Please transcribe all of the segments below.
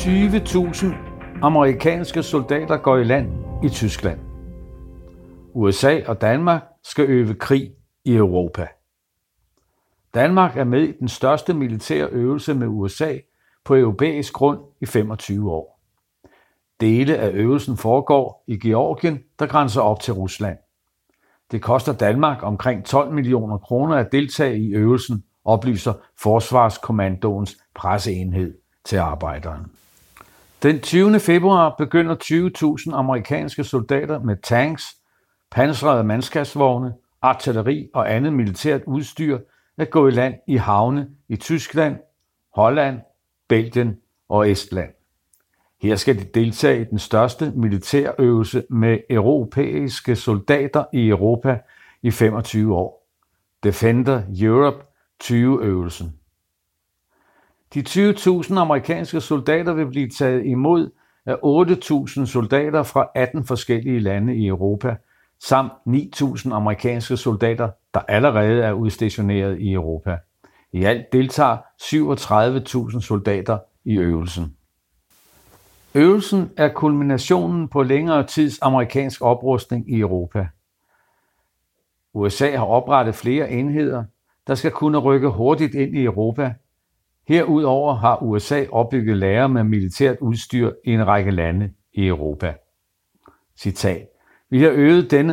20.000 amerikanske soldater går i land i Tyskland. USA og Danmark skal øve krig i Europa. Danmark er med i den største militære øvelse med USA på europæisk grund i 25 år. Dele af øvelsen foregår i Georgien, der grænser op til Rusland. Det koster Danmark omkring 12 millioner kroner at deltage i øvelsen, oplyser Forsvarskommandoens presseenhed til Arbejderen. Den 20. februar begynder 20.000 amerikanske soldater med tanks, pansrede mandskabsvogne, artilleri og andet militært udstyr at gå i land i havne i Tyskland, Holland, Belgien og Estland. Her skal de deltage i den største militærøvelse med europæiske soldater i Europa i 25 år. Defender Europe 20-øvelsen. De 20.000 amerikanske soldater vil blive taget imod af 8.000 soldater fra 18 forskellige lande i Europa, samt 9.000 amerikanske soldater, der allerede er udstationeret i Europa. I alt deltager 37.000 soldater i øvelsen. Øvelsen er kulminationen på længere tids amerikansk oprustning i Europa. USA har oprettet flere enheder, der skal kunne rykke hurtigt ind i Europa. Herudover har USA opbygget lagre med militært udstyr i en række lande i Europa. Citat: Vi har øvet denne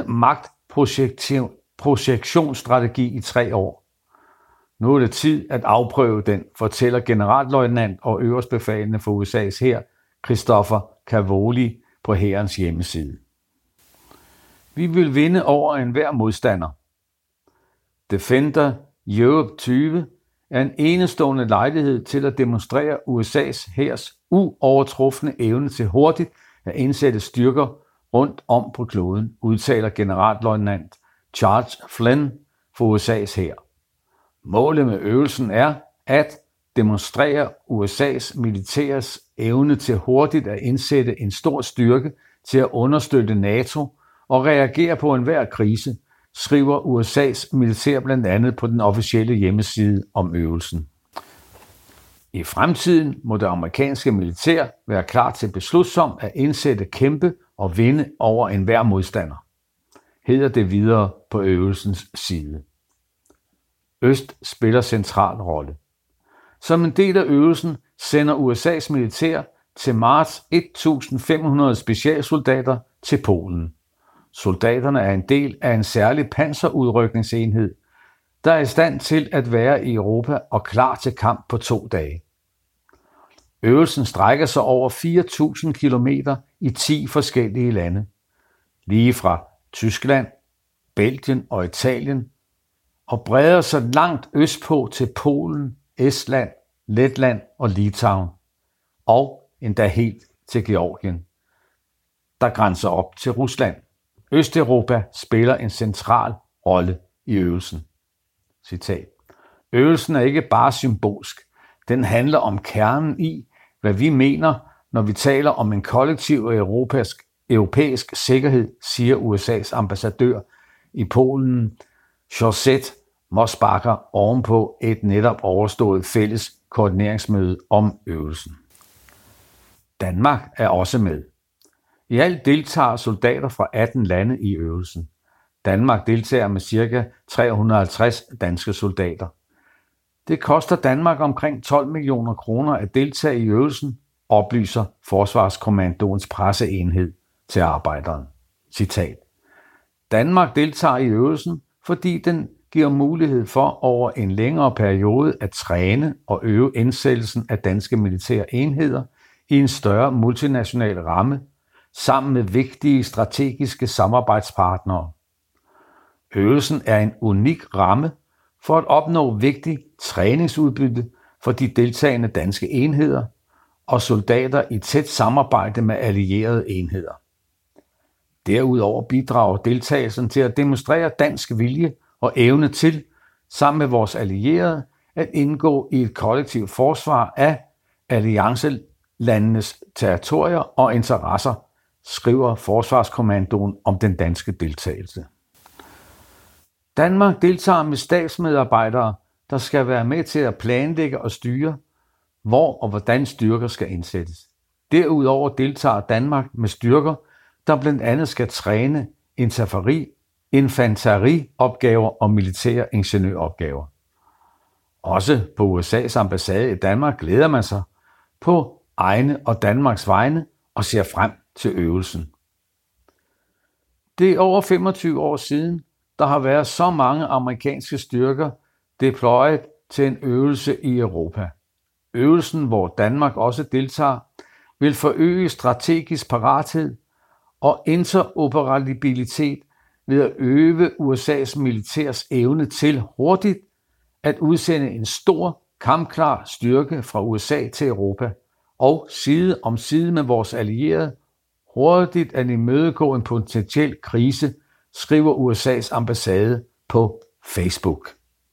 magtprojektionsstrategi i 3 år. Nu er det tid at afprøve den, fortæller generalløjtnant og øverstbefalende for USA's hær, Christopher Cavoli, på hærens hjemmeside. Vi vil vinde over enhver modstander. Defender Europe 20 er en enestående lejlighed til at demonstrere USA's hærs uovertrufne evne til hurtigt at indsætte styrker rundt om på kloden, udtaler generalløjtnant Charles Flynn for USA's hær. Målet med øvelsen er at demonstrere USA's militærs evne til hurtigt at indsætte en stor styrke til at understøtte NATO og reagere på enhver krise, skriver USA's militær blandt andet på den officielle hjemmeside om øvelsen. I fremtiden må det amerikanske militær være klar til beslutsomt at indsætte, kæmpe og vinde over enhver modstander, hedder det videre på øvelsens side. Øst spiller central rolle. Som en del af øvelsen sender USA's militær til marts 1.500 specialsoldater til Polen. Soldaterne er en del af en særlig panserudrykningsenhed, der er i stand til at være i Europa og klar til kamp på 2 dage. Øvelsen strækker sig over 4.000 kilometer i 10 forskellige lande, lige fra Tyskland, Belgien og Italien, og breder sig langt østpå til Polen, Estland, Letland og Litauen, og endda helt til Georgien, der grænser op til Rusland. Østeuropa spiller en central rolle i øvelsen. Citat: Øvelsen er ikke bare symbolsk. Den handler om kernen i, hvad vi mener, når vi taler om en kollektiv og europæisk sikkerhed, siger USA's ambassadør i Polen, Josette Mosbacher, ovenpå et netop overstået fælles koordineringsmøde om øvelsen. Danmark er også med. I alt deltager soldater fra 18 lande i øvelsen. Danmark deltager med ca. 350 danske soldater. Det koster Danmark omkring 12 millioner kroner at deltage i øvelsen, oplyser Forsvarskommandoens presseenhed til Arbejderen. Citat: Danmark deltager i øvelsen, fordi den giver mulighed for over en længere periode at træne og øve indsættelsen af danske militære enheder i en større multinational ramme, sammen med vigtige strategiske samarbejdspartnere. Øvelsen er en unik ramme for at opnå vigtig træningsudbytte for de deltagende danske enheder og soldater i tæt samarbejde med allierede enheder. Derudover bidrager deltagelsen til at demonstrere dansk vilje og evne til, sammen med vores allierede, at indgå i et kollektivt forsvar af alliancelandenes territorier og interesser, skriver Forsvarskommandoen om den danske deltagelse. Danmark deltager med stabsmedarbejdere, der skal være med til at planlægge og styre, hvor og hvordan styrker skal indsættes. Derudover deltager Danmark med styrker, der blandt andet skal træne infanteriopgaver og militære ingeniøropgaver. Også på USA's ambassade i Danmark glæder man sig på egne og Danmarks vegne og ser frem til øvelsen. Det er over 25 år siden, der har været så mange amerikanske styrker deployed til en øvelse i Europa. Øvelsen, hvor Danmark også deltager, vil forøge strategisk parathed og interoperabilitet ved at øve USA's militærs evne til hurtigt at udsende en stor, kampklar styrke fra USA til Europa og side om side med vores allierede hurtigt at imødegå en potentiel krise, skriver USA's ambassade på Facebook.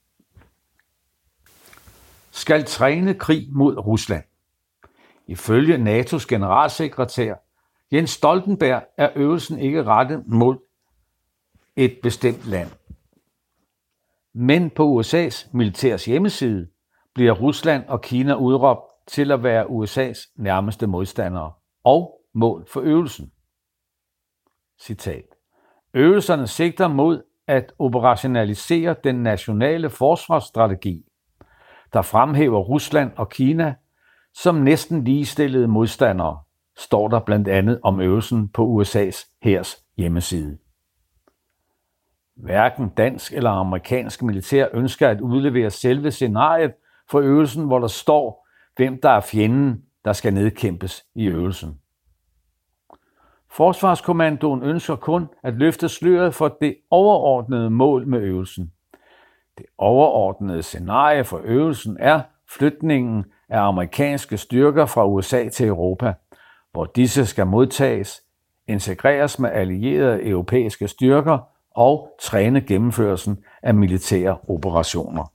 Skal træne krig mod Rusland. Ifølge NATO's generalsekretær Jens Stoltenberg er øvelsen ikke rettet mod et bestemt land. Men på USA's militærs hjemmeside bliver Rusland og Kina udråbt til at være USA's nærmeste modstandere og mål for øvelsen. Citat. Øvelserne sigter mod at operationalisere den nationale forsvarsstrategi, der fremhæver Rusland og Kina som næsten ligestillede modstandere, står der blandt andet om øvelsen på USA's hærs hjemmeside. Hverken dansk eller amerikansk militær ønsker at udlevere selve scenariet for øvelsen, hvor der står, hvem der er fjenden, der skal nedkæmpes i øvelsen. Forsvarskommandoen ønsker kun at løfte sløret for det overordnede mål med øvelsen. Det overordnede scenarie for øvelsen er flytningen af amerikanske styrker fra USA til Europa, hvor disse skal modtages, integreres med allierede europæiske styrker og træne gennemførelsen af militære operationer.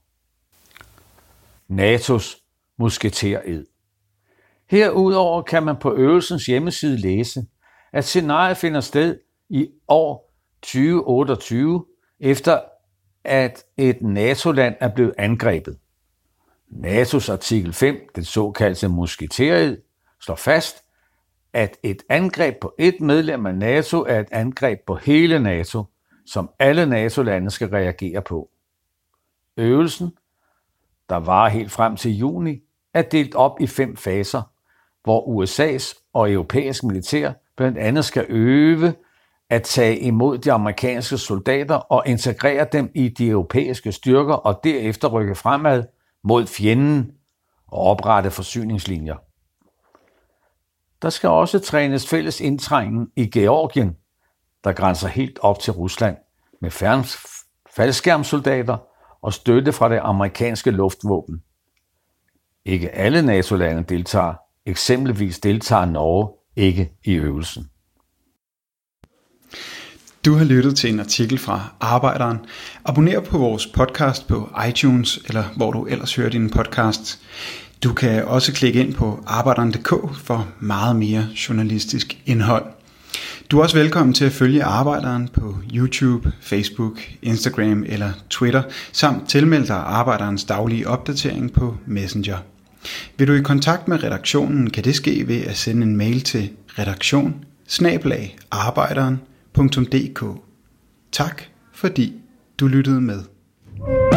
NATO's musketered. Herudover kan man på øvelsens hjemmeside læse, at scenariet finder sted i år 2028, efter at et NATO-land er blevet angrebet. NATO's artikel 5, den såkaldte musketered, slår fast, at et angreb på et medlem af NATO er et angreb på hele NATO, som alle NATO-lande skal reagere på. Øvelsen, der varer helt frem til juni, er delt op i 5 faser, hvor USA's og europæisk militær blandt andet skal øve at tage imod de amerikanske soldater og integrere dem i de europæiske styrker og derefter rykke fremad mod fjenden og oprette forsyningslinjer. Der skal også trænes fælles indtrængen i Georgien, der grænser helt op til Rusland, med faldskærmsoldater og støtte fra det amerikanske luftvåben. Ikke alle NATO-lande deltager. Eksempelvis deltager Norge ikke i øvelsen. Du har lyttet til en artikel fra Arbejderen. Abonner på vores podcast på iTunes, eller hvor du ellers hører dine podcasts. Du kan også klikke ind på arbejderen.dk for meget mere journalistisk indhold. Du er også velkommen til at følge Arbejderen på YouTube, Facebook, Instagram eller Twitter, samt tilmelde dig Arbejderens daglige opdatering på Messenger. Vil du i kontakt med redaktionen, kan det ske ved at sende en mail til redaktion@arbejderen.dk. Tak fordi du lyttede med.